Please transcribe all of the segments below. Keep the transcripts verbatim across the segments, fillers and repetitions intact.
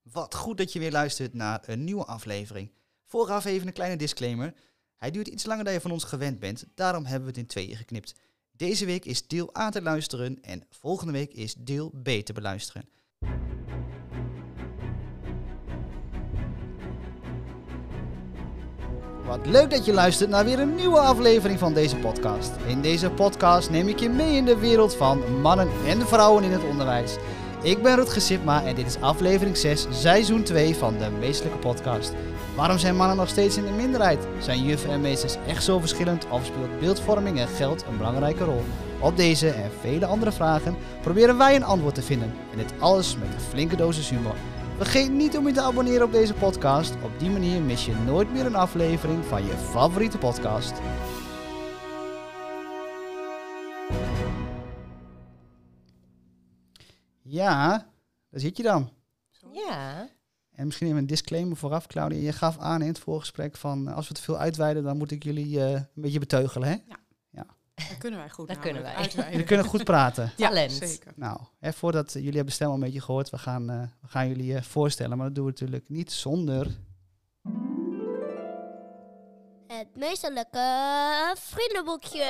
Wat goed dat je weer luistert naar een nieuwe aflevering. Vooraf even een kleine disclaimer. Hij duurt iets langer dan je van ons gewend bent, daarom hebben we het in tweeën geknipt. Deze week is deel A te luisteren en volgende week is deel B te beluisteren. Wat leuk dat je luistert naar weer een nieuwe aflevering van deze podcast. In deze podcast neem ik je mee in de wereld van mannen en vrouwen in het onderwijs. Ik ben Rutger Sipma en dit is aflevering zes, seizoen twee van de Meestelijke Podcast. Waarom zijn mannen nog steeds in de minderheid? Zijn juffen en meesters echt zo verschillend of speelt beeldvorming en geld een belangrijke rol? Op deze en vele andere vragen proberen wij een antwoord te vinden. En dit alles met een flinke dosis humor. Vergeet niet om je te abonneren op deze podcast. Op die manier mis je nooit meer een aflevering van je favoriete podcast. Ja, daar zit je dan. Ja. En misschien even een disclaimer vooraf, Claudia. Je gaf aan in het voorgesprek van, uh, als we te veel uitweiden, dan moet ik jullie uh, een beetje beteugelen, hè? Ja. Ja. Dat kunnen wij goed. Dat kunnen wij. Uitweiden. Jullie kunnen goed praten. Ja, Talent. zeker. Nou, hè, voordat uh, jullie hebben stem al een beetje gehoord, we gaan, uh, we gaan jullie uh, voorstellen, maar dat doen we natuurlijk niet zonder... Het meesterlijke vriendenboekje.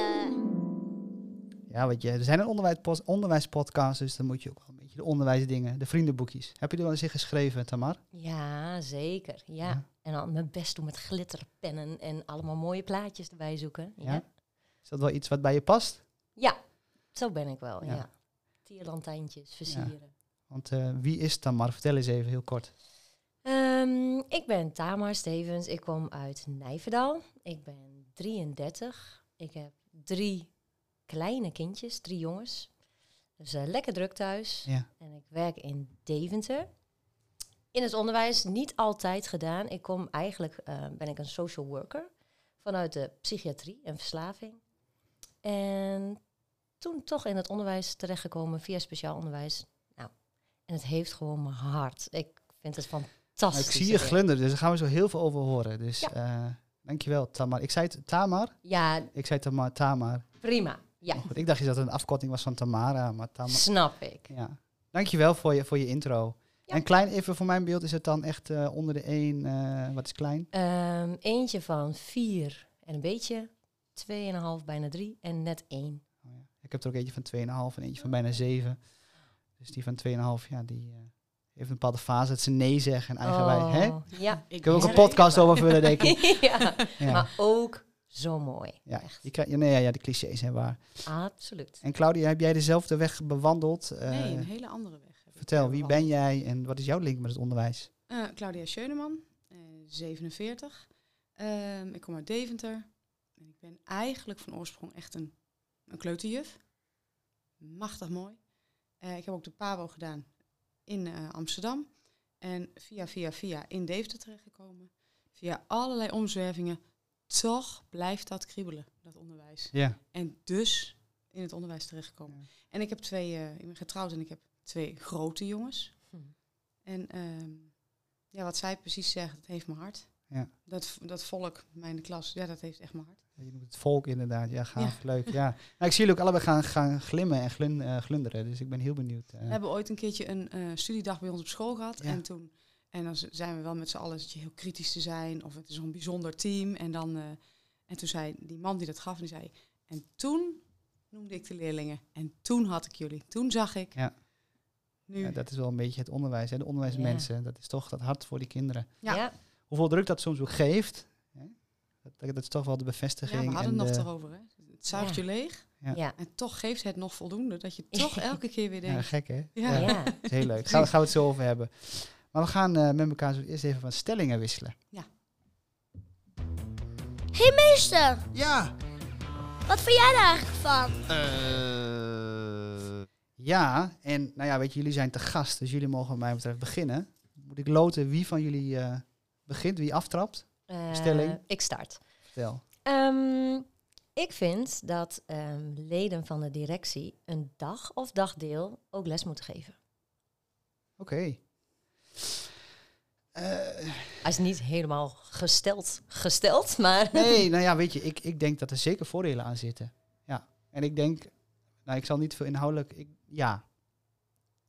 Ja, weet je, er zijn een onderwijs, onderwijspodcasts, dus dan moet je ook wel een beetje de onderwijsdingen, de vriendenboekjes. Heb je er wel eens in geschreven, Tamar? Ja, zeker. Ja. Ja. En dan mijn best doen met glitterpennen en allemaal mooie plaatjes erbij zoeken. Ja, Ja. ja. Is dat wel iets wat bij je past? Zo ben ik wel, Ja. ja. Tierlantijntjes versieren. Want uh, wie is Tamar? Vertel eens even heel kort. Ehm, ik ben Tamar Stevens. Ik kom uit Nijverdal. Ik ben drieëndertig. Ik heb drie kleine kindjes, drie jongens. Dus uh, lekker druk thuis. Ja. En ik werk in Deventer. In het onderwijs niet altijd gedaan. Ik kom eigenlijk, uh, ben ik een social worker vanuit de psychiatrie en verslaving. En toen toch in het onderwijs terechtgekomen via speciaal onderwijs. Nou, en het heeft gewoon mijn hart. Ik vind het fantastisch. Nou, ik zie je glunderen, dus daar gaan we zo heel veel over horen. Dus Ja. uh, dankjewel, Tamar. Ik zei het, Tamar? Ja, Ik zei Tamar, Tamar. prima. Ja, Goed, ik dacht dat het een afkorting was van Tamara, maar Tamar. snap ik. Ja. Dankjewel voor je, voor je intro. Ja. En klein, even voor mijn beeld, is het dan echt uh, onder de één, uh, wat is klein? Um, eentje van vier en een beetje, tweeënhalf, bijna drie en net één. Oh, ja. Ik heb er ook eentje van twee komma vijf en eentje van bijna zeven. Dus die van twee komma vijf, ja, die uh, heeft een bepaalde fase dat ze nee zeggen en eigenwijs. Oh, Hè? ja. Ik heb ook Ja. een podcast over vullen, denk ik. ja, Ja, maar ook zo mooi. ja. Echt. Je krijgt, ja, nee, ja, ja, de clichés zijn waar. Absoluut. En Claudia, heb jij dezelfde weg bewandeld? Uh, Nee, een hele andere weg. heb ik Vertel, wie bewandeld. ben jij en wat is jouw link met het onderwijs? Uh, Claudia Schöneman, uh, zevenenveertig. Um, ik kom uit Deventer. En ik ben eigenlijk van oorsprong echt een, een kleuterjuf. Machtig mooi. Uh, ik heb ook de PABO gedaan in uh, Amsterdam. En via, via, via in Deventer terechtgekomen. Via allerlei omzwervingen. Toch blijft dat kriebelen, dat onderwijs. Ja. En dus in het onderwijs terechtgekomen. Ja. En ik heb twee, uh, ik ben getrouwd en ik heb twee grote jongens. Hm. En um, ja, wat zij precies zegt, dat heeft mijn hart. Ja. Dat, dat volk, mijn klas, ja, dat heeft echt mijn hart. Je noemt het volk inderdaad, ja, gaaf, Ja. leuk. Ja. Nou, ik zie jullie ook allebei gaan, gaan glimmen en glun, uh, glunderen, dus ik ben heel benieuwd. Uh. We hebben ooit een keertje een uh, studiedag bij ons op school gehad. Ja. En toen, en dan z- zijn we wel met z'n allen dat je heel kritisch te zijn. Of het is zo'n bijzonder team. En dan, uh, en toen zei die man die dat gaf, die zei, en toen noemde ik de leerlingen. En toen had ik jullie. Toen zag ik. Ja. Nu. Ja, dat is wel een beetje het onderwijs, hè? De onderwijsmensen. Dat is toch dat hart voor die kinderen. Ja. Ja. Hoeveel druk dat soms ook geeft, hè? Dat, dat is toch wel de bevestiging. Ja, we hadden en het nog de, erover, hè? Het zuigt Ja. je leeg. Ja. Ja. En toch geeft het nog voldoende. Dat je toch elke keer weer Ja, denkt. gek hè? Ja. Ja. Dat is heel leuk. Gaan, we- gaan we het zo over hebben. Maar we gaan uh, met elkaar zo eerst even van stellingen wisselen. Hé hey, meester, Ja! wat vind jij daar eigenlijk van? Uh, ja, en nou ja, weet je, jullie zijn te gast, dus jullie mogen wat mij betreft beginnen. Moet ik loten wie van jullie uh, begint, wie aftrapt? Uh, Stelling. Ik start. Vertel. Um, ik vind dat um, leden van de directie een dag of dagdeel ook les moeten geven. Oké. Okay. Uh, Hij is niet helemaal gesteld, gesteld, maar... Nee, nou ja, weet je, ik, ik denk dat er zeker voordelen aan zitten. Ja, en ik denk, nou, ik zal niet veel inhoudelijk... Ik, ja.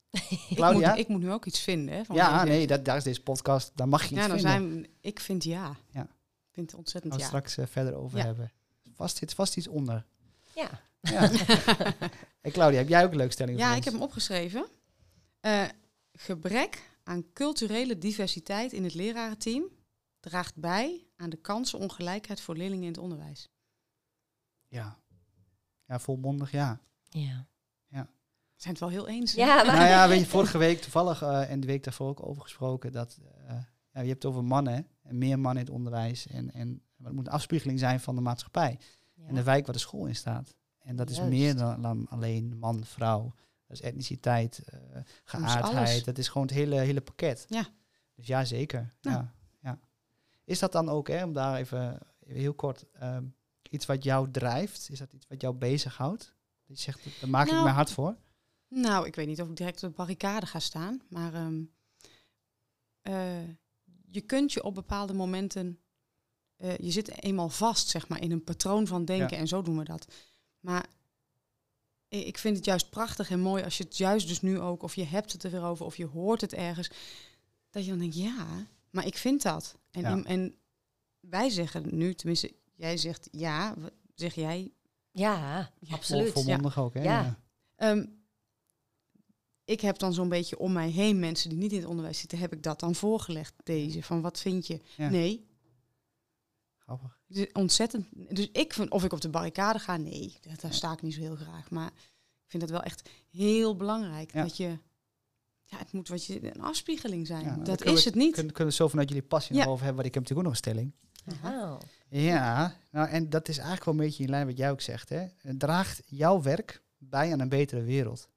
Ik Claudia? moet, ik moet nu ook iets vinden. Hè, van Ja, wat je nee, zegt. dat, daar is deze podcast. Daar mag je iets Ja, dan vinden. zijn we, ik vind ja. Ja. Ik vind het ontzettend Gaan we ja. straks uh, verder over Ja. hebben. Vast zit vast iets onder. Ja. Ja. Hey Claudia, heb jij ook een leuke stelling Ja, voor ik ons? heb hem opgeschreven. Uh, gebrek aan culturele diversiteit in het lerarenteam draagt bij aan de kansenongelijkheid voor leerlingen in het onderwijs. Ja. Ja, volmondig ja. Ja. We zijn het wel heel eens. hè? Ja, maar... Nou ja, weet je, vorige week toevallig uh, en de week daarvoor ook over gesproken dat uh, ja, je hebt het over mannen hè, en meer mannen in het onderwijs en, en het moet een afspiegeling zijn van de maatschappij Ja. en de wijk waar de school in staat. En dat is Juist. meer dan, dan alleen man, vrouw. Dat is etniciteit, uh, alles. geaardheid. Dat is gewoon het hele, hele pakket. Ja. Dus ja, zeker. Ja. Ja. Ja. Is dat dan ook, hè, om daar even heel kort, um, iets wat jou drijft? Is dat iets wat jou bezighoudt? Dat je zegt, daar maak Nou, ik mijn hart voor? Nou, ik weet niet of ik direct op de barricade ga staan. Maar um, uh, je kunt je op bepaalde momenten... Uh, je zit eenmaal vast, zeg maar, in een patroon van denken. Ja. En zo doen we dat. Maar ik vind het juist prachtig en mooi als je het juist dus nu ook... of je hebt het er weer over of je hoort het ergens... dat je dan denkt, ja, maar ik vind dat. En, Ja. en, en wij zeggen nu, tenminste, jij zegt ja, w- zeg jij... Ja, Ja, absoluut. Vol, volmondig ook, hè? Ja. Um, ik heb dan zo'n beetje om mij heen mensen die niet in het onderwijs zitten, heb ik dat dan voorgelegd, deze, van wat vind je? Ja. Nee. Grappig. Dus ontzettend. Dus ik vind, of ik op de barricade ga, nee, daar, daar sta ik niet zo heel graag. Maar ik vind het wel echt heel belangrijk Ja. dat je, ja, het moet wat je, een afspiegeling zijn. Ja, nou, dat dan kunnen is we- het niet. Kunnen, kunnen we zo vanuit jullie passie Ja. nog over hebben, want ik heb natuurlijk ook nog een stelling. Oh. Ja, nou en dat is eigenlijk wel een beetje in lijn wat jij ook zegt, hè. Het draagt jouw werk bij aan een betere wereld.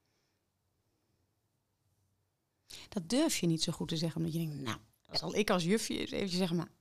Dat durf je niet zo goed te zeggen, omdat je denkt, nou, dat zal ik als jufje eens eventjes zeggen, maar...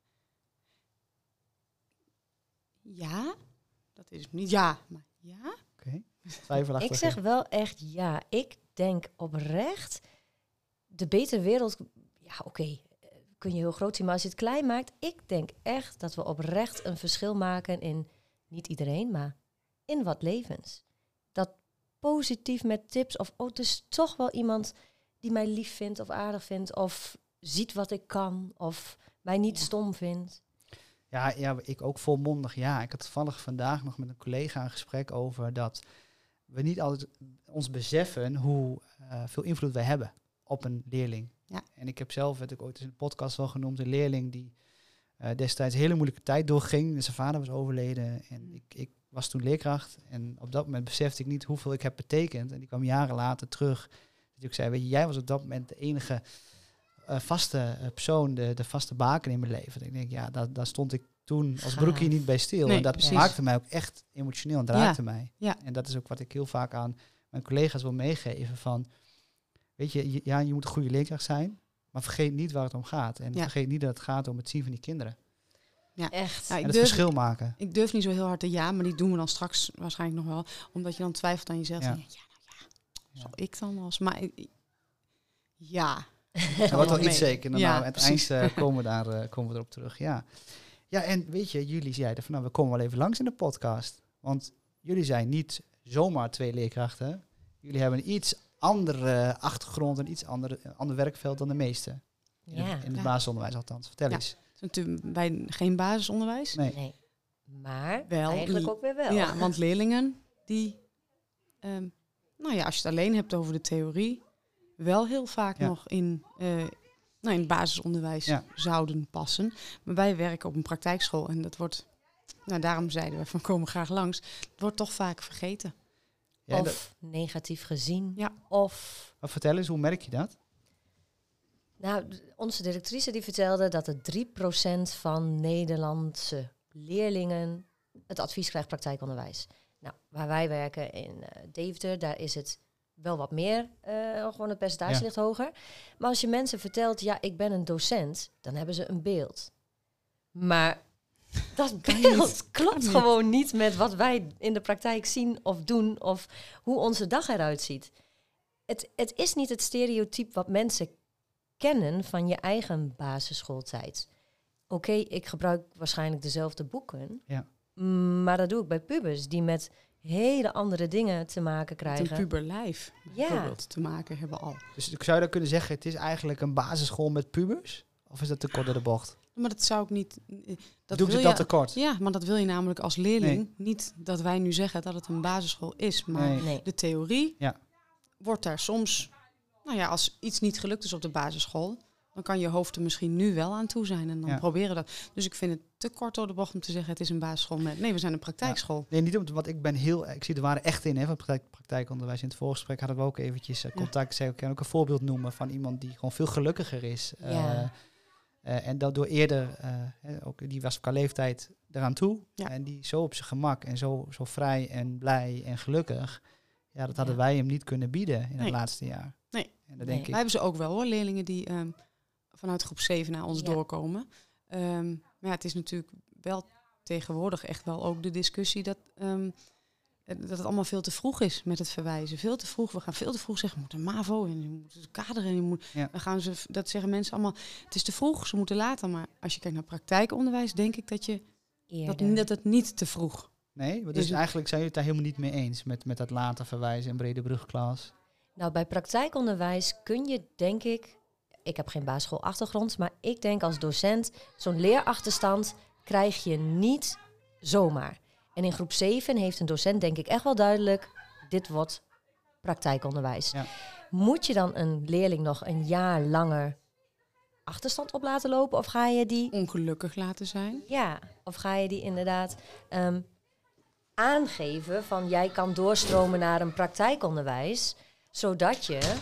Ja, dat is het niet. Ja, maar ja? Oké, okay. Twijfelachtig. Ik zeg wel echt ja. Ik denk oprecht, de betere wereld... Ja, oké, okay, kun je heel groot zien, maar als je het klein maakt... Ik denk echt dat we oprecht een verschil maken in... Niet iedereen, maar in wat levens. Dat positief met tips of... Oh, het is toch wel iemand die mij lief vindt of aardig vindt... Of ziet wat ik kan of mij niet Ja. stom vindt. Ja, ja, ik ook volmondig ja. Ik had toevallig vandaag nog met een collega een gesprek over dat we niet altijd ons beseffen hoe uh, veel invloed wij hebben op een leerling. Ja. En ik heb zelf, werd ik ooit in de podcast wel genoemd, een leerling die uh, destijds een hele moeilijke tijd doorging. Zijn vader was overleden en Mm. ik, ik was toen leerkracht. En op dat moment besefte ik niet hoeveel ik heb betekend. En die kwam jaren later terug. Dat ik zei, weet je, jij was op dat moment de enige... Uh, vaste uh, persoon, de, de vaste baken in mijn leven. En ik denk, ja, daar, daar stond ik toen als Gaaf. broekje niet bij stil. Nee, en dat precies. maakte mij ook echt emotioneel en raakte Ja. mij. Ja. En dat is ook wat ik heel vaak aan mijn collega's wil meegeven. Van, weet je, je, ja, je moet een goede leerkracht zijn, maar vergeet niet waar het om gaat. En Ja. vergeet niet dat het gaat om het zien van die kinderen. Echt. Ja, ik en het durf- verschil maken. Ik durf niet zo heel hard te ja, maar die doen we dan straks waarschijnlijk nog wel. Omdat je dan twijfelt aan jezelf. Ja. Ja, ja, nou ja, Ja. zal ik dan als... Maar ik- ja. Er wordt wel mee. iets zeker. Nou, Ja, nou, aan het eind precies. uh, komen, we daar, uh, komen we erop terug. Ja. Ja, en weet je, jullie zeiden van nou, we komen wel even langs in de podcast. Want jullie zijn niet zomaar twee leerkrachten. Jullie hebben een iets andere achtergrond, een iets andere, ander werkveld dan de meeste. In, Ja. het, in het Ja. basisonderwijs althans. Vertel Ja. eens. Het is natuurlijk bij geen basisonderwijs. Nee. Nee. Maar Wel, eigenlijk die- ook weer wel. Ja, want leerlingen die... ehm, nou ja, als je het alleen hebt over de theorie... wel heel vaak Ja. nog in, eh, nou, in het basisonderwijs Ja. zouden passen. Maar wij werken op een praktijkschool en dat wordt... Nou, daarom zeiden we van komen graag langs. Het wordt toch vaak vergeten. Ja, Of dat- negatief gezien. Ja. Of, maar vertel eens, hoe merk je dat? nou, d- onze directrice die vertelde dat er drie procent van Nederlandse leerlingen het advies krijgt praktijkonderwijs. Nou, waar wij werken in uh, Deventer, daar is het wel wat meer, uh, gewoon het percentage Ja. ligt hoger. Maar als je mensen vertelt, ja, ik ben een docent, dan hebben ze een beeld. Maar dat Kan beeld niet. klopt niet. gewoon niet met wat wij in de praktijk zien of doen of hoe onze dag eruit ziet. Het, het is niet het stereotype wat mensen kennen van je eigen basisschooltijd. Oké, okay, ik gebruik waarschijnlijk dezelfde boeken, Ja. maar dat doe ik bij pubers die met hele andere dingen te maken Met krijgen. een puberlijf Ja. bijvoorbeeld te maken hebben al. Dus zou je dan kunnen zeggen, het is eigenlijk een basisschool met pubers? Of is dat te kort door de bocht? Maar dat zou ik niet... eh, Dat Doen wil ze je, dat te kort? Ja, maar dat wil je namelijk als leerling. Nee. Niet dat wij nu zeggen dat het een basisschool is. Maar Nee. Nee. de theorie Ja. wordt daar soms... Nou ja, als iets niet gelukt is op de basisschool... dan kan je hoofd er misschien nu wel aan toe zijn. En dan Ja. proberen dat. Dus ik vind het te kort door de bocht om te zeggen... het is een basisschool met... Nee, we zijn een praktijkschool. Nee, niet om, want ik ben heel, ik zie er waren echt in, hè, van praktijk, praktijkonderwijs. In het voorgesprek hadden we ook eventjes uh, contact. Ik zei, ik kan ook een voorbeeld noemen van iemand die gewoon veel gelukkiger is. Uh, Ja. uh, en dat door eerder, uh, hè, ook die was qua leeftijd eraan toe. Ja. En die zo op zijn gemak en zo, zo vrij en blij en gelukkig. Ja, dat hadden Ja. wij hem niet kunnen bieden in Nee. het laatste jaar. Nee. En dat Nee. denk Wij ik. hebben ze ook wel hoor, leerlingen die ehm, vanuit groep zeven naar ons Ja. doorkomen. Ehm, maar ja, het is natuurlijk wel tegenwoordig echt wel ook de discussie dat, ehm, eh, dat het allemaal veel te vroeg is met het verwijzen. Veel te vroeg. We gaan veel te vroeg zeggen, je moet een MAVO en je moet het kader en je moet... Ja. Dan gaan ze, dat zeggen mensen allemaal, het is te vroeg, ze moeten later. Maar als je kijkt naar praktijkonderwijs, denk ik dat je dat, Eerder. dat het niet te vroeg. Nee, want Is dus het- eigenlijk zijn jullie het daar helemaal niet mee eens met, met dat later verwijzen en brede brugklas. Nou, bij praktijkonderwijs kun je, denk ik... Ik heb geen basisschoolachtergrond, maar ik denk als docent... zo'n leerachterstand krijg je niet zomaar. En in groep zeven heeft een docent denk ik echt wel duidelijk... dit wordt praktijkonderwijs. Ja. Moet je dan een leerling nog een jaar langer achterstand op laten lopen? Of ga je die... Ongelukkig laten zijn. Ja, of ga je die inderdaad ehm, aangeven van jij kan doorstromen naar een praktijkonderwijs, zodat je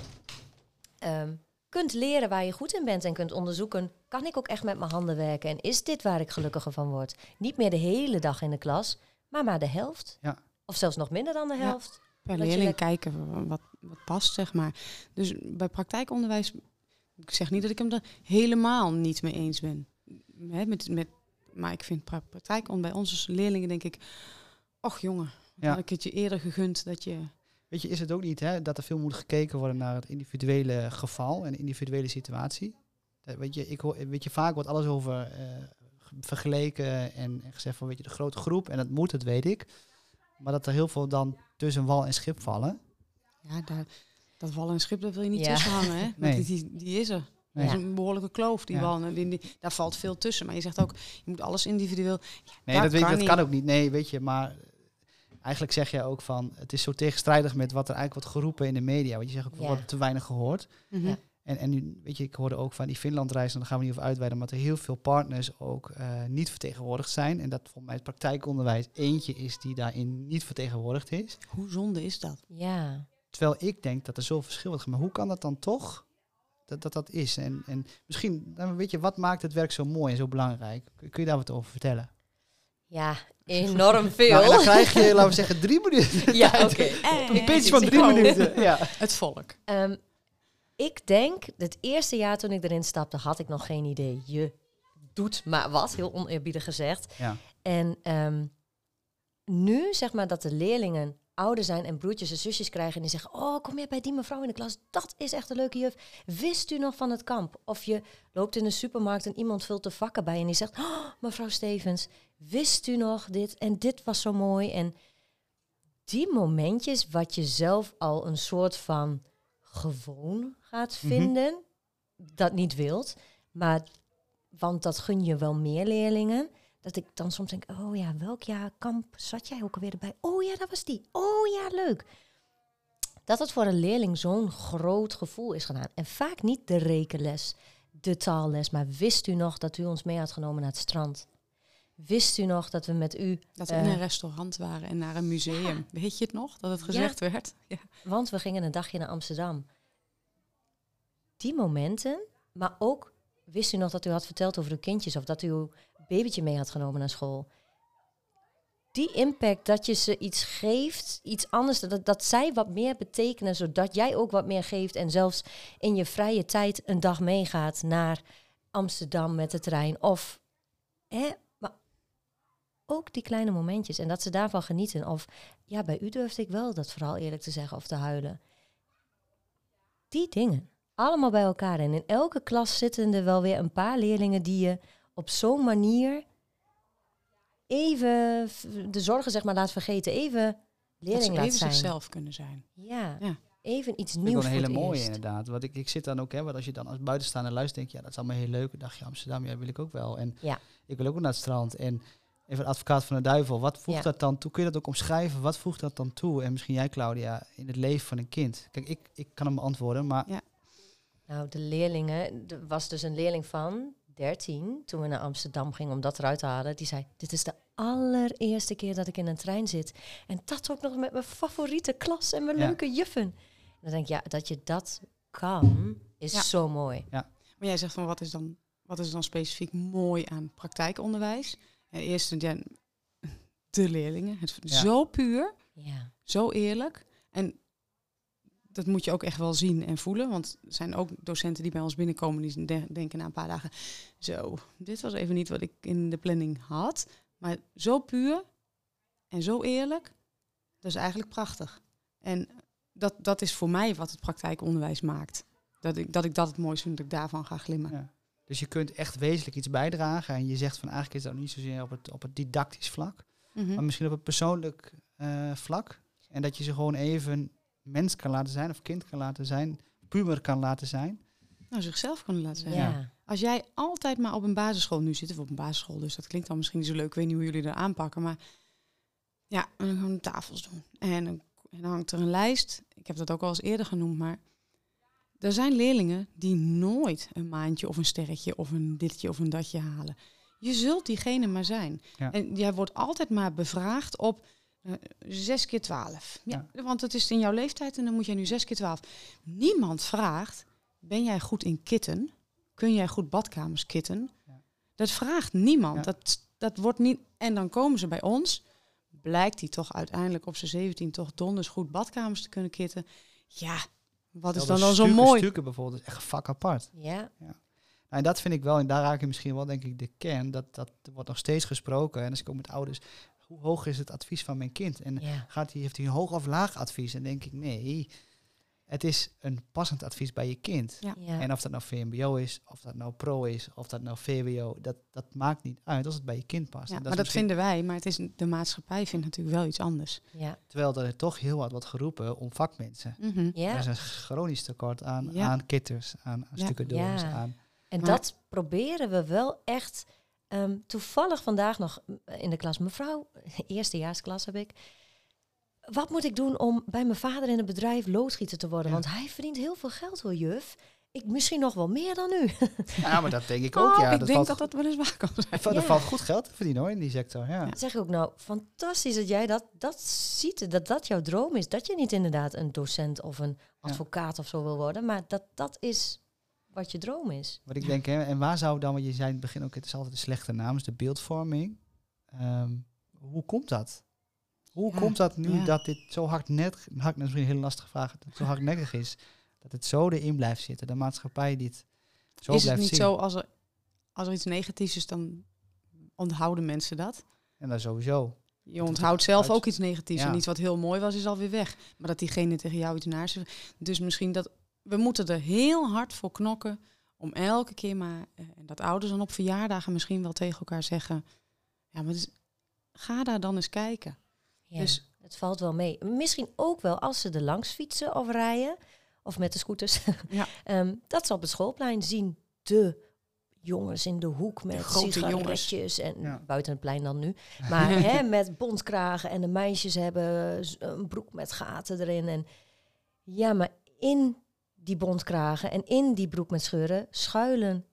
ehm, kunt leren waar je goed in bent en kunt onderzoeken, kan ik ook echt met mijn handen werken en is dit waar ik gelukkiger van word? Niet meer de hele dag in de klas, maar maar de helft. Ja. Of zelfs nog minder dan de Ja. helft. Per Dat je leerling lek- kijken wat, wat past, zeg maar. Dus bij praktijkonderwijs, ik zeg niet dat ik hem er helemaal niet mee eens ben. Hè, met, met, maar ik vind pra- praktijk, bij onze leerlingen denk ik, och jongen, Ja. had ik het je eerder gegund dat je... Weet je, is het ook niet hè, dat er veel moet gekeken worden naar het individuele geval en de individuele situatie? Eh, weet je, ik hoor, weet je, vaak wordt alles over eh, ge- vergeleken en, en gezegd van, weet je, de grote groep en dat moet, dat weet ik. Maar dat er heel veel dan tussen wal en schip vallen. Ja, daar, dat wal en schip, daar wil je niet Ja. tussen hangen, hè? Want Nee. die, die, die is er. Nee. Dat is een behoorlijke kloof, die Ja. wal. en Die, die, daar valt veel tussen. Maar je zegt ook, je moet alles individueel... Nee, dat dat, weet, kan dat niet. kan ook niet. Nee, weet je, maar eigenlijk zeg je ook van, het is zo tegenstrijdig met wat er eigenlijk wordt geroepen in de media. Want je zegt ook, we Ja. worden te weinig gehoord. Mhm. Ja. En, en nu, weet je, ik hoorde ook van die Finlandreis, en daar gaan we niet over uitweiden, maar dat er heel veel partners ook eh, niet vertegenwoordigd zijn. En dat volgens mij het praktijkonderwijs eentje is die daarin niet vertegenwoordigd is. Hoe zonde is dat? Ja. Terwijl ik denk dat er zoveel verschil wordt. Maar hoe kan dat dan toch dat dat, dat is? En, en misschien, nou, weet je, wat maakt het werk zo mooi en zo belangrijk? Kun kun je daar wat over vertellen? Ja, enorm veel. Nou, en dan krijg je, laten we zeggen, drie minuten. ja, oké. Een pitch van drie minuten. Ja. Het volk. Ehm, ik denk, het eerste jaar toen ik erin stapte, had ik nog geen idee. Je doet maar wat, heel oneerbiedig gezegd. Ja. En ehm, nu zeg maar dat de leerlingen ouder zijn en broertjes en zusjes krijgen en die zeggen, oh, kom jij bij die mevrouw in de klas? Dat is echt een leuke juf. Wist u nog van het kamp? Of je loopt in de supermarkt en iemand vult de vakken bij en die zegt, oh, mevrouw Stevens, wist u nog dit? En dit was zo mooi. En die momentjes wat je zelf al een soort van gewoon gaat Mhm. vinden, dat niet wilt, maar want dat gun je wel meer leerlingen, dat ik dan soms denk, oh ja, welk jaar kamp zat jij ook alweer erbij? Oh ja, dat was die. Oh ja, leuk. Dat het voor een leerling zo'n groot gevoel is gedaan. En vaak niet de rekenles, de taalles, maar wist u nog dat u ons mee had genomen naar het strand? Wist u nog dat we met u... Dat we eh, in een restaurant waren en naar een museum. Weet je het nog, dat het gezegd werd? Ja. Want we gingen een dagje naar Amsterdam. Die momenten, maar ook wist u nog dat u had verteld over uw kindjes of dat u uw babytje mee had genomen naar school. Die impact dat je ze iets geeft, iets anders, dat, dat zij wat meer betekenen, zodat jij ook wat meer geeft en zelfs in je vrije tijd een dag meegaat naar Amsterdam met de trein. Of, hè, maar ook die kleine momentjes en dat ze daarvan genieten. Of, ja, bij u durfde ik wel dat vooral eerlijk te zeggen of te huilen. Die dingen, allemaal bij elkaar. En in elke klas zitten er wel weer een paar leerlingen die je op zo'n manier even f- de zorgen zeg maar laat vergeten. Even leerling ze laat even zijn. zichzelf kunnen zijn. Ja, Ja. even iets Dat vind ik nieuws wel een voor hele het mooie eerst. inderdaad. Want ik, ik zit dan ook, hè, want als je dan als buitenstaander luistert, denk je, ja, dat is allemaal heel leuk. Een dagje Amsterdam, ja, wil ik ook wel. En Ja. ik wil ook naar het strand. En even advocaat van de duivel, wat voegt Ja. dat dan toe? Kun je dat ook omschrijven? Wat voegt dat dan toe? En misschien jij, Claudia, in het leven van een kind. Kijk, ik, ik kan hem beantwoorden, maar Ja. Nou, de leerlingen, er was dus een leerling van dertien, toen we naar Amsterdam gingen om dat eruit te halen. Die zei, dit is de allereerste keer dat ik in een trein zit. En dat ook nog met mijn favoriete klas en mijn Ja. leuke juffen. En dan denk ik, ja, dat je dat kan, is Ja. zo mooi. Maar jij zegt van wat is dan, wat is dan specifiek mooi aan praktijkonderwijs? En eerst ja, de leerlingen. Het, Ja. Zo puur, Ja, zo eerlijk. En dat moet je ook echt wel zien en voelen. Want er zijn ook docenten die bij ons binnenkomen die de- denken na een paar dagen, zo, dit was even niet wat ik in de planning had. Maar zo puur en zo eerlijk, dat is eigenlijk prachtig. En dat, dat is voor mij wat het praktijkonderwijs maakt. Dat ik, dat ik dat het mooiste vind, dat ik daarvan ga glimmen. ja. Dus je kunt echt wezenlijk iets bijdragen. En je zegt van eigenlijk is dat niet zozeer op het, op het didactisch vlak, Mhm. maar misschien op het persoonlijk eh, vlak. En dat je ze gewoon even mens kan laten zijn, of kind kan laten zijn, puber kan laten zijn. Nou, zichzelf kunnen laten zijn. ja. Als jij altijd maar op een basisschool, nu zitten we op een basisschool, dus dat klinkt dan misschien niet zo leuk, ik weet niet hoe jullie dat aanpakken, maar ja, en dan gewoon tafels doen. En dan, en dan hangt er een lijst, ik heb dat ook al eens eerder genoemd, maar er zijn leerlingen die nooit een maandje of een sterretje of een ditje of een datje halen. Je zult diegene maar zijn. Ja. En jij wordt altijd maar bevraagd op uh, zes keer twaalf. Ja, want het is in jouw leeftijd en dan moet jij nu zes keer twaalf. Niemand vraagt, ben jij goed in kitten? Kun jij goed badkamers kitten? Ja. Dat vraagt niemand. Ja. Dat, dat wordt niet. En dan komen ze bij ons. Blijkt hij toch uiteindelijk op zijn zeventien toch donders goed badkamers te kunnen kitten. Ja, wat is dan dan zo mooi? Stukken bijvoorbeeld is echt een vak apart. Ja, Nou, en dat vind ik wel, en daar raak je misschien wel denk ik de kern, dat, dat er wordt nog steeds gesproken. En als ik ook met ouders, hoe hoog is het advies van mijn kind? En ja. gaat hij, heeft hij een hoog of laag advies? En denk ik, nee, het is een passend advies bij je kind. Ja. ja. En of dat nou V M B O is, of dat nou pro is, of dat nou V W O, dat, dat maakt niet uit als het bij je kind past. Ja, En maar is dat misschien- vinden wij, maar het is, de maatschappij vindt natuurlijk wel iets anders. ja. Terwijl er toch heel wat wordt geroepen om vakmensen. Mhm. ja. Er is een chronisch tekort aan, Ja. aan kitters, aan, aan Ja. stucadoors, Ja. aan... En Maar- dat proberen we wel echt. ehm, toevallig vandaag nog in de klas, mevrouw, eerstejaarsklas heb ik. Wat moet ik doen om bij mijn vader in het bedrijf loodgieter te worden? Ja. Want hij verdient heel veel geld hoor, juf. Ik misschien nog wel meer dan u. Ja, maar dat denk ik ook, Oh, ja. ik dat denk valt dat dat wel eens waar kan zijn. Er Ja. valt goed geld te verdienen hoor, in die sector. Ja. Dan zeg ik ook, nou, fantastisch dat jij dat, dat ziet, dat dat jouw droom is. Dat je niet inderdaad een docent of een advocaat of zo wil worden, maar dat dat is wat je droom is. Wat ik denk, hè, en waar zou dan, want je zei in het begin ook, het is altijd een slechte naam, is de beeldvorming. Ehm, hoe komt dat? Hoe Ja, komt dat nu ja. dat dit zo hardnekkig, hard, misschien een hele lastige vraag, dat het zo hardnekkig is, dat het zo erin blijft zitten, de maatschappij die het zo Is het blijft niet zien. zo, als er, als er iets negatiefs is, dan onthouden mensen dat? En dat sowieso. Je onthoudt zelf uit- ook iets negatiefs. Ja. En iets wat heel mooi was, is alweer weg. Maar dat diegene tegen jou iets naars heeft. Dus misschien dat... We moeten er heel hard voor knokken om elke keer maar... eh, En dat ouders dan op verjaardagen misschien wel tegen elkaar zeggen... Ja, maar dus, ga daar dan eens kijken. Ja, Dus- het valt wel mee. Misschien ook wel als ze er langs fietsen of rijden, of met de scooters. Ja. Ehm, dat ze op het schoolplein zien de jongens in de hoek met grote sigaretjes en Ja. buiten het plein dan nu. Maar hè, met bontkragen en de meisjes hebben z- een broek met gaten erin. En ja, maar in die bontkragen en in die broek met scheuren schuilen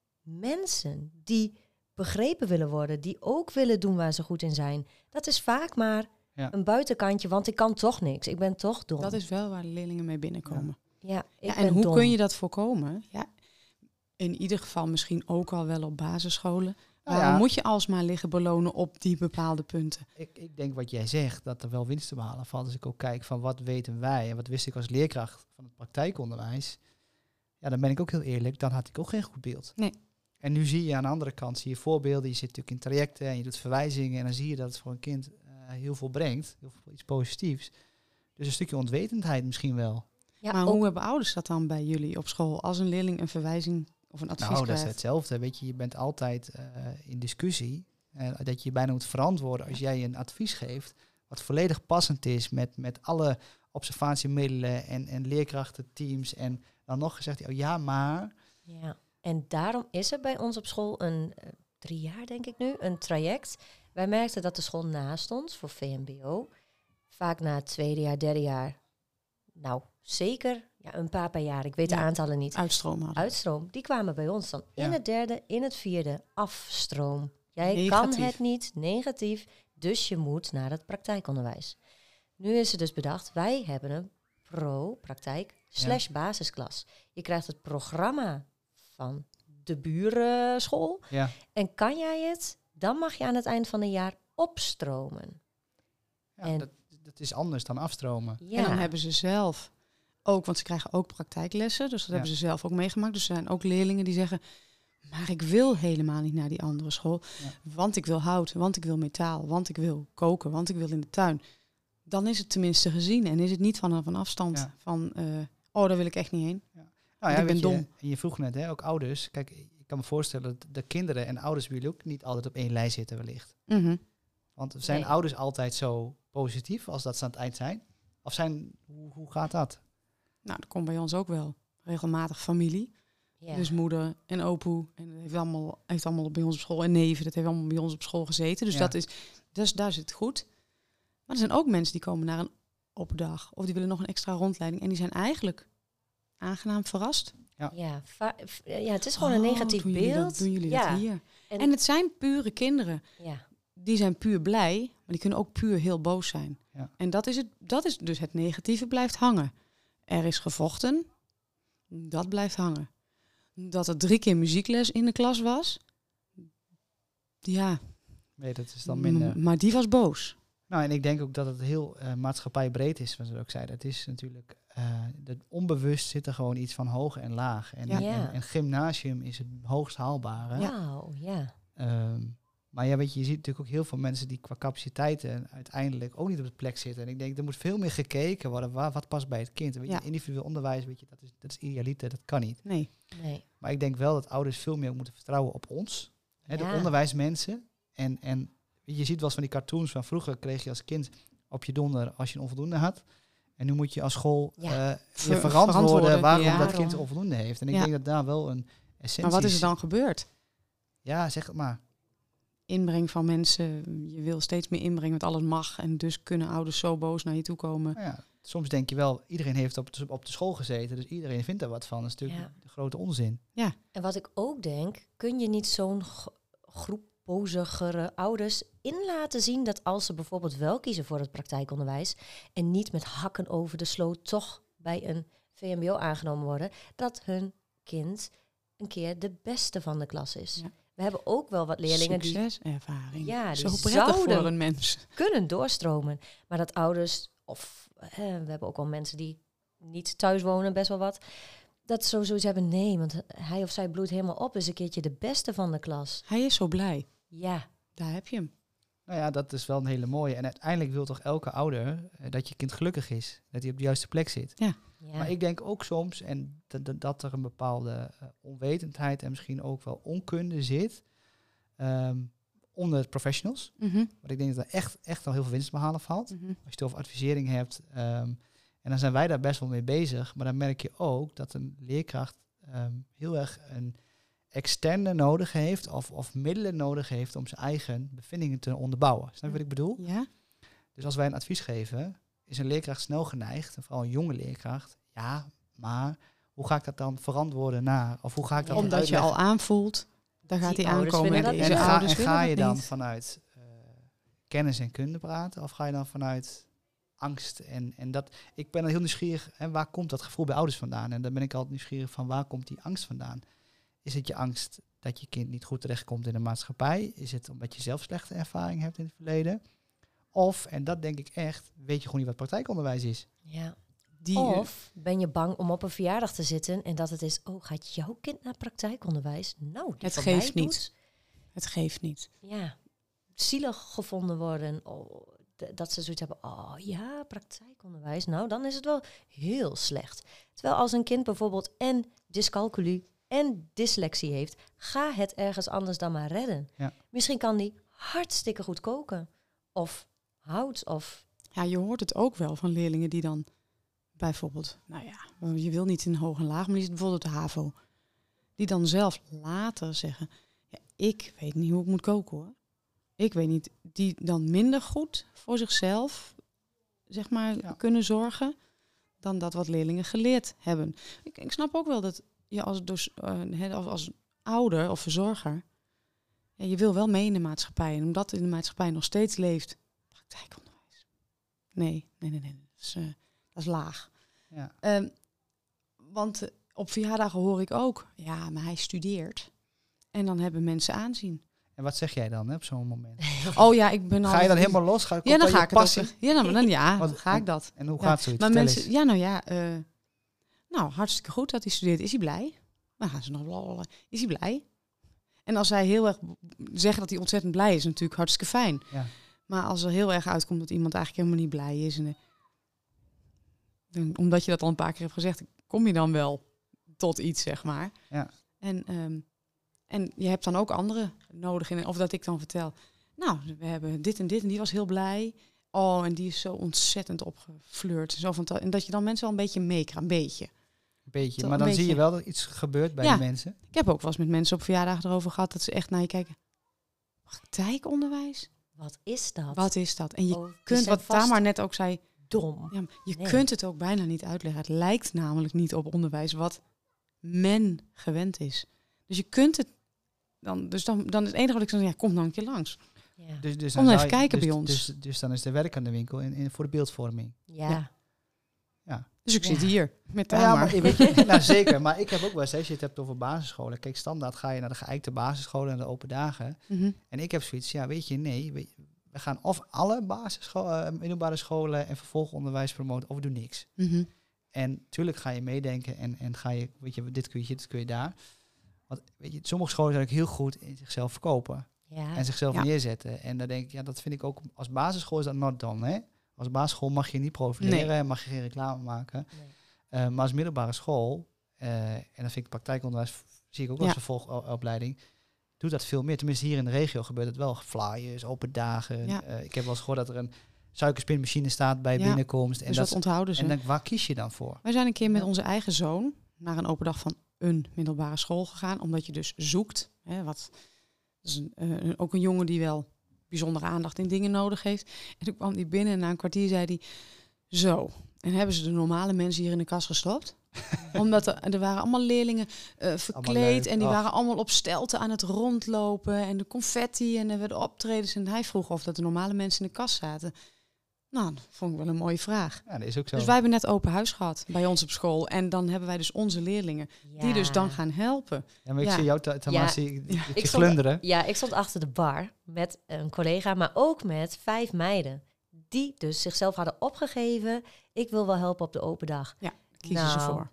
mensen die begrepen willen worden, die ook willen doen waar ze goed in zijn. Dat is vaak maar Ja. een buitenkantje, want ik kan toch niks. Ik ben toch dom. Dat is wel waar de leerlingen mee binnenkomen. ja, ik Ja, ben en hoe dom. kun je dat voorkomen? Ja, in ieder geval misschien ook al wel op basisscholen. Nou Waarom ja. moet je alsmaar liggen belonen op die bepaalde punten? Ik, ik denk wat jij zegt, dat er wel winst te behalen valt. Als ik ook kijk van wat weten wij en wat wist ik als leerkracht van het praktijkonderwijs. Ja, dan ben ik ook heel eerlijk, dan had ik ook geen goed beeld. Nee. En nu zie je aan de andere kant, zie je voorbeelden, je zit natuurlijk in trajecten en je doet verwijzingen. En dan zie je dat het voor een kind eh, heel veel brengt, heel veel iets positiefs. Dus een stukje ontwetendheid misschien wel. Ja, maar ook- hoe hebben ouders dat dan bij jullie op school? Als een leerling een verwijzing of een advies Nou, dat is krijgt? hetzelfde. Weet je, je bent altijd eh, in discussie. En dat je je bijna moet verantwoorden als jij een advies geeft. wat volledig passend is met, met alle observatiemiddelen en, en leerkrachtenteams. En dan nog gezegd, oh ja, maar... Ja, en daarom is er bij ons op school een, uh, drie jaar denk ik nu, een traject. Wij merkten dat de school naast ons voor V M B O, vaak na het tweede jaar, derde jaar, nou zeker ja, een paar per jaar, ik weet Ja. de aantallen niet, Uitstroom hadden. uitstroom, die kwamen bij ons dan in Ja. het derde, in het vierde, afstroom. Jij Negatief. kan het niet, negatief, dus je moet naar het praktijkonderwijs. Nu is er dus bedacht, wij hebben een pro-praktijk slash basisklas. Je krijgt het programma van de buurschool Ja, en kan jij het, dan mag je aan het eind van het jaar opstromen. ja En- dat, dat is anders dan afstromen. Ja, En dan hebben ze zelf ook, want ze krijgen ook praktijklessen, dus dat Ja. hebben ze zelf ook meegemaakt. Dus er zijn ook leerlingen die zeggen, maar ik wil helemaal niet naar die andere school, Ja. want ik wil hout, want ik wil metaal, want ik wil koken, want ik wil in de tuin. Dan is het tenminste gezien en is het niet van van afstand Ja. van, uh, oh, daar wil ik echt niet heen. Nou Ik ja, ben weet je, dom. en je vroeg net, hè, ook ouders. Kijk, ik kan me voorstellen dat de kinderen en ouders bij jullie ook niet altijd op één lijn zitten wellicht. Mhm. Want zijn Nee. ouders altijd zo positief als dat ze aan het eind zijn? Of zijn, hoe, hoe gaat dat? Nou, dat komt bij ons ook wel regelmatig familie. ja. Dus moeder en opoe. En dat heeft allemaal, heeft allemaal bij ons op school. En neven, dat heeft allemaal bij ons op school gezeten. Dus, Ja. dat is, dus daar zit het goed. Maar er zijn ook mensen die komen naar een opdag. Of die willen nog een extra rondleiding. En die zijn eigenlijk aangenaam verrast. ja, va- v- ja, het is gewoon een Oh, negatief doen jullie beeld. Dat, doen jullie ja. dat hier? En- En, het zijn pure kinderen. Ja. Die zijn puur blij. Maar die kunnen ook puur heel boos zijn. Ja. En dat is, het, dat is dus het negatieve blijft hangen. Er is gevochten. Dat blijft hangen. Dat er drie keer muziekles in de klas was. Ja, Nee, dat is dan minder. m- maar die was boos. Nou, en ik denk ook dat het heel uh, maatschappijbreed is, zoals we ook zeiden. Het is natuurlijk, uh, dat onbewust zit er gewoon iets van hoog en laag. En, Ja. Ja. en, en gymnasium is het hoogst haalbare. Wauw, ja. Um, maar ja, weet je, je ziet natuurlijk ook heel veel mensen die qua capaciteiten uiteindelijk ook niet op de plek zitten. En ik denk, er moet veel meer gekeken worden, waar, wat past bij het kind. Weet je, Ja. individueel onderwijs, weet je, dat is, dat is idealiter, dat kan niet. Nee. Nee. Maar ik denk wel dat ouders veel meer moeten vertrouwen op ons, hè, de Ja. onderwijsmensen. En, en je ziet wel eens van die cartoons van vroeger kreeg je als kind op je donder als je een onvoldoende had. En nu moet je als school Ja. uh, je Ver- verantwoorden verantwoorden, waarom ja. dat kind onvoldoende heeft. En ik Ja. denk dat daar wel een essentie Maar wat is er dan gebeurd? Ja, zeg het maar. Inbreng van mensen. Je wil steeds meer inbrengen, want alles mag. En dus kunnen ouders zo boos naar je toe komen. Nou ja, soms denk je wel, iedereen heeft op de, op de school gezeten, dus iedereen vindt er wat van. Dat is natuurlijk Ja. de grote onzin. En wat ik ook denk, kun je niet zo'n g- groep bozigere ouders in laten zien dat als ze bijvoorbeeld wel kiezen voor het praktijkonderwijs en niet met hakken over de sloot toch bij een V M B O aangenomen worden, dat hun kind een keer de beste van de klas is. Ja. We hebben ook wel wat leerlingen die Succeservaring. Ja, die zo prettig zouden- voor een mens. kunnen doorstromen. Maar dat ouders, of eh, we hebben ook wel mensen die niet thuis wonen, best wel wat, dat zo zoiets hebben, nee, want hij of zij bloedt helemaal op, is een keertje de beste van de klas. Hij is zo blij. Ja, Daar heb je hem. Nou ja, dat is wel een hele mooie. En uiteindelijk wil toch elke ouder eh, dat je kind gelukkig is. Dat hij op de juiste plek zit. ja. Maar ik denk ook soms, en dat, dat, dat er een bepaalde uh, onwetendheid en misschien ook wel onkunde zit um, onder de professionals. Mhm. Want ik denk dat er echt, echt al heel veel winst te behalen valt. Mhm. Als je het over advisering hebt. Um, en dan zijn wij daar best wel mee bezig. Maar dan merk je ook dat een leerkracht um, heel erg een externe nodig heeft. Of, of middelen nodig heeft om zijn eigen bevindingen te onderbouwen. Snap je wat ik bedoel? Ja? Dus als wij een advies geven, is een leerkracht snel geneigd, en vooral een jonge leerkracht, ja, maar hoe ga ik dat dan verantwoorden naar? Of hoe ga ik dat Ja. dan Omdat je uitleggen? al aanvoelt, daar gaat Die hij ouders aankomen. willen dat En, deze en ga, ouders en willen ga dat je dan niet. vanuit uh, kennis en kunde praten? Of ga je dan vanuit angst? En, en dat, ik ben dan heel nieuwsgierig, en waar komt dat gevoel bij ouders vandaan? En dan ben ik altijd nieuwsgierig van, waar komt die angst vandaan? Is het je angst dat je kind niet goed terechtkomt in de maatschappij? Is het omdat je zelf slechte ervaring hebt in het verleden? Of, en dat denk ik echt, weet je gewoon niet wat praktijkonderwijs is. ja. Die, Of ben je bang om op een verjaardag te zitten en dat het is, oh, gaat jouw kind naar praktijkonderwijs? Nou, die Het van geeft mij niet. doet, het geeft niet. ja, zielig gevonden worden. Oh, d- dat ze zoiets hebben, oh ja, praktijkonderwijs. Nou, dan is het wel heel slecht. Terwijl als een kind bijvoorbeeld en dyscalculie en dyslexie heeft, ga het ergens anders dan maar redden. Ja. Misschien kan die hartstikke goed koken. Of houdt of... Ja, je hoort het ook wel van leerlingen die dan bijvoorbeeld, nou ja, je wil niet in hoog en laag, maar die zit bijvoorbeeld op de HAVO. Die dan zelf later zeggen, ja, ik weet niet hoe ik moet koken hoor. Ik weet niet, die dan minder goed voor zichzelf, zeg maar, Ja. kunnen zorgen dan dat wat leerlingen geleerd hebben. Ik, ik snap ook wel dat je als, dus, uh, als, als ouder of verzorger, ja, je wil wel mee in de maatschappij. En omdat in de maatschappij nog steeds leeft, praktijkonderwijs. Nee, nee, nee, nee. Dat is, uh, dat is laag. Ja. Um, want uh, op verjaardagen hoor ik ook, ja, maar hij studeert. En dan hebben mensen aanzien. En wat zeg jij dan hè, op zo'n moment? Oh ja, ik ben al... Ga je dan helemaal los? Ga, Ja, dan ga je ik het ook passie? zeggen. Ja, dan, dan, ja, Wat- dan ga ik dat. En hoe Ja, gaat zoiets? Maar Vertel mensen, eens. ja, nou ja, uh, nou, hartstikke goed dat hij studeert. Is hij blij? Dan gaan ze nog blablabla. Is hij blij? En als zij heel erg zeggen dat hij ontzettend blij is, natuurlijk hartstikke fijn. Ja. Maar als er heel erg uitkomt dat iemand eigenlijk helemaal niet blij is, en, uh, dan, omdat je dat al een paar keer hebt gezegd, kom je dan wel tot iets, zeg maar. Ja. En, um, en je hebt dan ook anderen nodig, in, of dat ik dan vertel, nou, we hebben dit en dit en die was heel blij. Oh, en die is zo ontzettend opgeflirt. Zo van en dat je dan mensen wel een beetje meekrijgt, een beetje. Een beetje. Toch Maar een dan zie je beetje. wel dat iets gebeurt bij Ja. de mensen. Ik heb ook wel eens met mensen op verjaardagen erover gehad dat ze echt naar je kijken. Praktijkonderwijs? Wat is dat? Wat is dat? En je Oh, die kunt, zijn wat vast Tamar net ook zei, dom. ja, maar je Nee. kunt het ook bijna niet uitleggen. Het lijkt namelijk niet op onderwijs wat men gewend is. Dus je kunt het dan, dus dan, dan is het enige wat ik zeg, ja, kom dan een keer langs. Ja. Dus, dus Kom dan even zou je- kijken dus, bij ons. Dus, dus dan is er werk aan de winkel in, in, voor de beeldvorming. Ja. Ja. Ja. Dus ik Ja. zit hier met Ja, Tamar. maar, weet je, nou, zeker. Maar ik heb ook wel eens, als je het hebt over basisscholen. Kijk, standaard ga je naar de geëikte basisscholen en de open dagen. Mhm. En ik heb zoiets, ja, weet je, nee. Weet je, we gaan of alle basisscholen, uh, middelbare scholen en vervolgonderwijs promoten, of we doen niks. Mhm. En natuurlijk ga je meedenken en, en ga je, weet je, dit kun je, dit kun je daar. Want weet je, sommige scholen zijn ook heel goed in zichzelf verkopen. Ja. En zichzelf Ja. neerzetten. En dan denk ik, ja, dat vind ik ook, als basisschool is dat not done, hè. Als basisschool mag je niet profileren, mag je geen reclame maken. Nee. Uh, maar als middelbare school, uh, en dan vind ik praktijkonderwijs, zie ik ook als Ja. vervolgopleiding, doet dat veel meer. Tenminste, hier in de regio gebeurt het wel. Flyers, open dagen. Ja. Uh, ik heb wel eens gehoord dat er een suikerspinmachine staat bij Ja. binnenkomst. En, Dus dat, dat onthouden ze. en dan, waar kies je dan voor? Wij zijn een keer met Ja. onze eigen zoon naar een open dag van een middelbare school gegaan. Omdat je dus zoekt. Hè, wat, dat is een, uh, ook een jongen die wel bijzondere aandacht in dingen nodig heeft. En toen kwam hij binnen en na een kwartier zei hij, zo. En hebben ze de normale mensen hier in de kast gestopt? Omdat er, er waren allemaal leerlingen uh, verkleed. leuk. En die Och. waren allemaal op stelten aan het rondlopen. En de confetti en er werden optredens. En hij vroeg of dat de normale mensen in de kast zaten. Nou, dat vond ik wel een mooie vraag. Ja, dat is ook zo. Dus wij hebben net open huis gehad bij ons op school. En dan hebben wij dus onze leerlingen die dus dan gaan helpen. ja, maar ik ja. zie jou, Ta- Tamar, Ja. zie ik, Ja. ik Ik je stond- glunderen. Ja, ik stond achter de bar met een collega, maar ook met vijf meiden. Die dus zichzelf hadden opgegeven. Ik wil wel helpen op de open dag. Kiezen ze Nou, voor.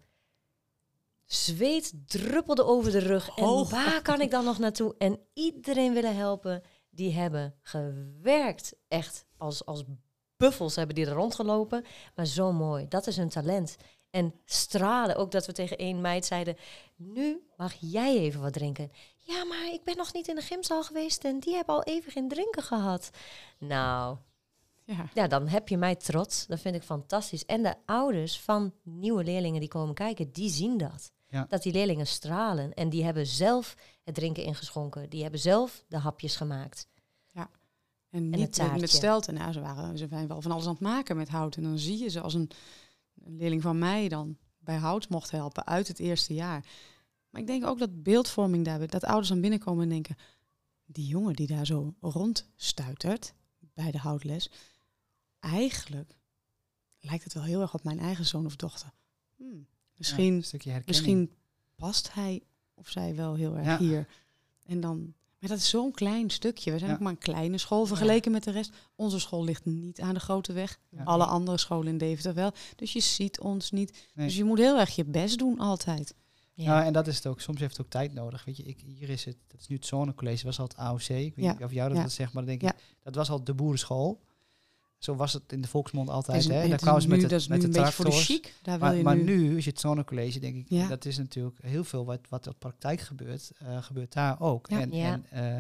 Zweet druppelde over de rug. Hoog. En waar kan ik dan nog naartoe? En iedereen willen helpen. Die hebben gewerkt. Echt als, als buffels hebben die er rondgelopen. Maar zo mooi. Dat is hun talent. En stralen. Ook dat we tegen één meid zeiden, nu mag jij even wat drinken. Ja, maar ik ben nog niet in de gymzaal geweest. En die hebben al even geen drinken gehad. Nou, Ja. ja, dan heb je mij trots. Dat vind ik fantastisch. En de ouders van nieuwe leerlingen die komen kijken, die zien dat. Ja. Dat die leerlingen stralen. En die hebben zelf het drinken ingeschonken. Die hebben zelf de hapjes gemaakt. En het niet met, taartje. met stelten. Nou, ze, waren, ze zijn wel van alles aan het maken met hout. En dan zie je ze als een, een leerling van mij dan bij hout mocht helpen uit het eerste jaar. Maar ik denk ook dat beeldvorming daarbij, dat ouders dan binnenkomen en denken, die jongen die daar zo rondstuitert bij de houtles, eigenlijk lijkt het wel heel erg op mijn eigen zoon of dochter. Hmm, misschien, Ja, een stukje herkenning. misschien past hij of zij wel heel erg Ja. hier. En dan, maar dat is zo'n klein stukje. We zijn Ja. ook maar een kleine school vergeleken met de rest. Onze school ligt niet aan de grote weg. Ja. Alle andere scholen in Deventer wel. Dus je ziet ons niet. Nee. Dus je moet heel erg je best doen altijd. Ja. Nou, en dat is het ook. Soms heeft het ook tijd nodig. Weet je, ik, hier is het, dat is nu het zonecollege, was al het A O C. Ik weet Ja. niet of jou dat, Ja. dat zegt, maar dan denk Ja. ik, dat was al de boerenschool. Zo was het in de volksmond altijd. Het is, Hè? het Daar is kwamen ze nu, met de, dat is met nu de een beetje voor de tractors. chic. Daar wil Maar, je maar nu. nu, als je het zonecollege, denk ik, Ja. dat is natuurlijk heel veel wat, wat op praktijk gebeurt, uh, gebeurt daar ook. Ja. En, Ja. en, uh,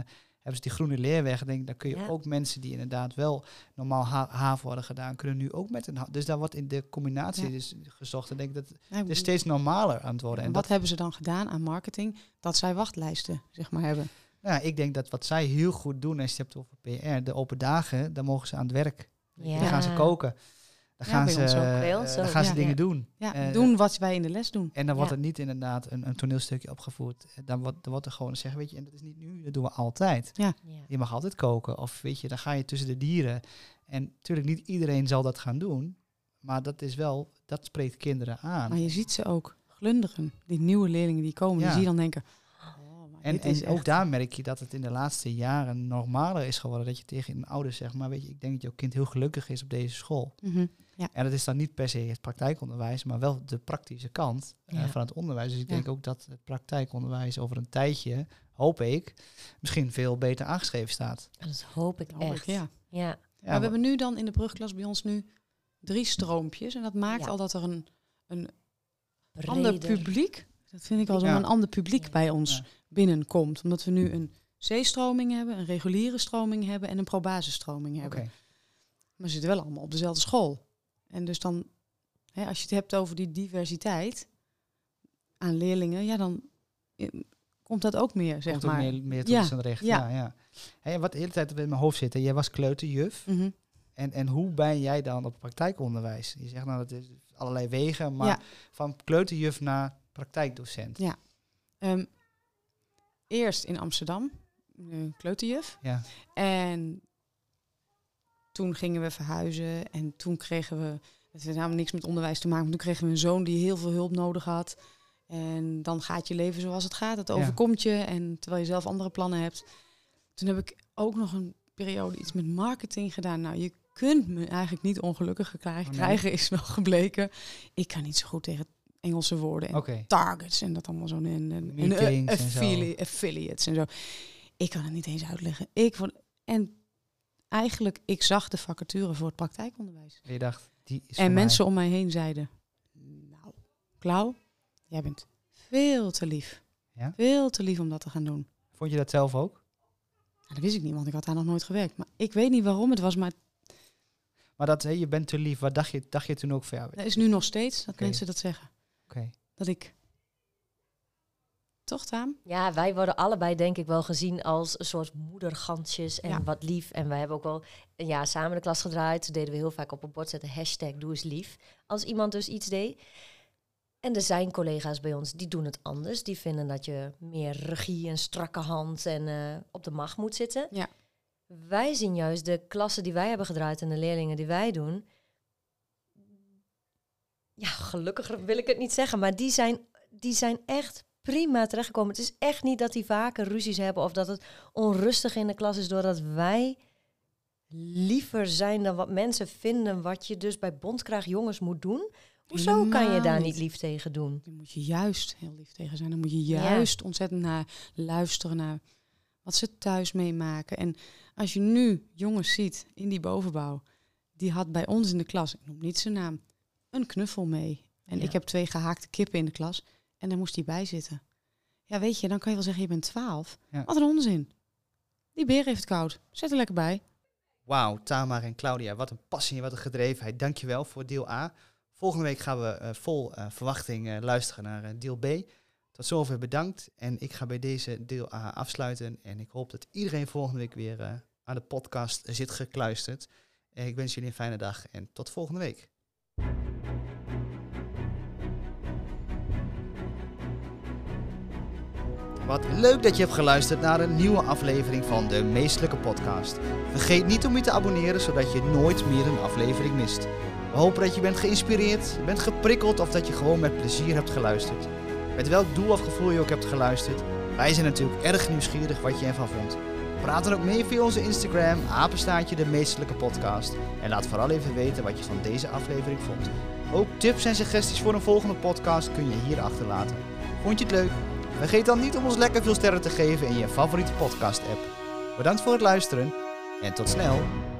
hebben ze die groene leerweg. Denk, dan kun je Ja. ook mensen die inderdaad wel normaal ha- HAVO hadden gedaan, kunnen nu ook met een ha- Dus daar wordt in de combinatie Ja. dus gezocht. En denk ik dat Ja, ik het is bedoel, steeds normaler aan het worden. en En wat dat, hebben ze dan gedaan aan marketing? Dat zij wachtlijsten, zeg maar, hebben. nou, ja, ik denk dat wat zij heel goed doen, als je het hebt over P R, de open dagen, dan mogen ze aan het werk. Ja. Dan gaan ze koken. Dan Ja, gaan bij ze, ons ook. eh, Bij ons dan ook. gaan ze Ja. dingen Ja. doen. Ja, Eh, doen wat wij in de les doen. En dan wordt Ja. er niet inderdaad een, een toneelstukje opgevoerd. Dan wordt, dan wordt er gewoon zeggen, weet je, en dat is niet nu, dat doen we altijd. Ja. Je mag altijd koken. Of weet je, dan ga je tussen de dieren. En natuurlijk niet iedereen zal dat gaan doen. Maar dat is wel, dat spreekt kinderen aan. Maar je ziet ze ook glunderen. Die nieuwe leerlingen die komen, Ja. die zie je dan denken... Oh, maar En, dit is en ook echt- daar merk je dat het in de laatste jaren normaler is geworden. Dat je tegen een ouder zegt, maar weet je, ik denk dat jouw kind heel gelukkig is op deze school. Mhm. Ja. En dat is dan niet per se het praktijkonderwijs, maar wel de praktische kant eh, Ja. van het onderwijs. Dus ik Ja. denk ook dat het praktijkonderwijs over een tijdje, hoop ik, misschien veel beter aangeschreven staat. Dat hoop ik Hoop ik, echt. ja. Ja. Ja, maar we hebben nu dan in de brugklas bij ons nu drie stroompjes. En dat maakt Ja. al dat er een, een ander Breder. publiek... Dat vind ik al zo, Ja. een ander publiek Ja. bij ons Ja. binnenkomt. Omdat we nu een C-stroming hebben, een reguliere stroming hebben en een pro-basisstroming hebben. Oké. Maar ze zitten wel allemaal op dezelfde school. En dus dan, hè, als je het hebt over die diversiteit aan leerlingen, ja, dan eh, komt dat ook meer, zeg Komt ook maar. meer, meer tot Ja. zijn recht. Ja. Ja. Ja, Hey, wat de hele tijd in mijn hoofd zit, hè, jij was kleuterjuf. Mhm. En, en hoe ben jij dan op praktijkonderwijs? Je zegt nou, dat is allerlei wegen, maar Ja. van kleuterjuf naar praktijkdocent. Ja. Ehm, eerst in Amsterdam, uh, kleuterjuf. Ja. En toen gingen we verhuizen en toen kregen we, het heeft namelijk niks met onderwijs te maken, maar toen kregen we een zoon die heel veel hulp nodig had. En dan gaat je leven zoals het gaat, het Ja. overkomt je en terwijl je zelf andere plannen hebt. Toen heb ik ook nog een periode iets met marketing gedaan. Nou, je kunt me eigenlijk niet ongelukkiger krijgen. Oh, nee. Krijgen is wel gebleken. Ik kan niet zo goed tegen Engelse woorden en Oké. targets en dat allemaal zo. En, en, en, Meetings en zo. affili- affiliates en zo. Ik kan het niet eens uitleggen. Ik vond, en eigenlijk, ik zag de vacature voor het praktijkonderwijs. En je dacht, die is En voor mensen om mij heen zeiden, nou, Klauw, jij bent veel te lief. Ja? Veel te lief om dat te gaan doen. mij. Vond je dat zelf ook? Nou, dat wist ik niet, want ik had daar nog nooit gewerkt. Maar ik weet niet waarom het was, maar Maar dat, hè, je bent te lief. Wat dacht je, dacht je toen ook van, ja, het is nu nog steeds dat Oké. mensen dat zeggen. oké. Dat ik... Toch, Taam? Ja, wij worden allebei denk ik wel gezien als een soort moedergansjes en Ja. wat lief. En wij hebben ook wel een jaar samen de klas gedraaid. Toen deden we heel vaak op een bord zetten hashtag doe eens lief. Als iemand dus iets deed. En er zijn collega's bij ons die doen het anders. Die vinden dat je meer regie en strakke hand en eh, op de macht moet zitten. Ja. Wij zien juist de klassen die wij hebben gedraaid en de leerlingen die wij doen. Ja, gelukkiger wil ik het niet zeggen, maar die zijn, die zijn echt prima terechtgekomen. Het is echt niet dat die vaker ruzies hebben of dat het onrustig in de klas is doordat wij liever zijn dan wat mensen vinden wat je dus bij Bondskraag jongens moet doen. Hoezo kan je Helemaal daar niet. niet lief tegen doen? Dan moet je juist heel lief tegen zijn. Dan moet je Ja. juist ontzettend naar luisteren naar wat ze thuis meemaken. En als je nu jongens ziet in die bovenbouw, die had bij ons in de klas, ik noem niet zijn naam, een knuffel mee. En Ja. ik heb twee gehaakte kippen in de klas en daar moest hij bij zitten. Ja, weet je, dan kan je wel zeggen, je bent twaalf. Ja. Wat een onzin. Die beer heeft het koud. Zet er lekker bij. Wauw, Tamar en Claudia, wat een passie en wat een gedrevenheid. Dankjewel voor deel A. Volgende week gaan we eh, vol eh, verwachting eh, luisteren naar eh, deel B. Tot zover bedankt. En ik ga bij deze deel A afsluiten. En ik hoop dat iedereen volgende week weer eh, aan de podcast zit gekluisterd. Eh, ik wens jullie een fijne dag en tot volgende week. Wat leuk dat je hebt geluisterd naar een nieuwe aflevering van de Meestelijke Podcast. Vergeet niet om je te abonneren, zodat je nooit meer een aflevering mist. We hopen dat je bent geïnspireerd, bent geprikkeld of dat je gewoon met plezier hebt geluisterd. Met welk doel of gevoel je ook hebt geluisterd. Wij zijn natuurlijk erg nieuwsgierig wat je ervan vond. Praat dan ook mee via onze Instagram, apenstaartje de Meestelijke Podcast. En laat vooral even weten wat je van deze aflevering vond. Ook tips en suggesties voor een volgende podcast kun je hier achterlaten. Vond je het leuk? Vergeet dan niet om ons lekker veel sterren te geven in je favoriete podcast app. Bedankt voor het luisteren en tot snel!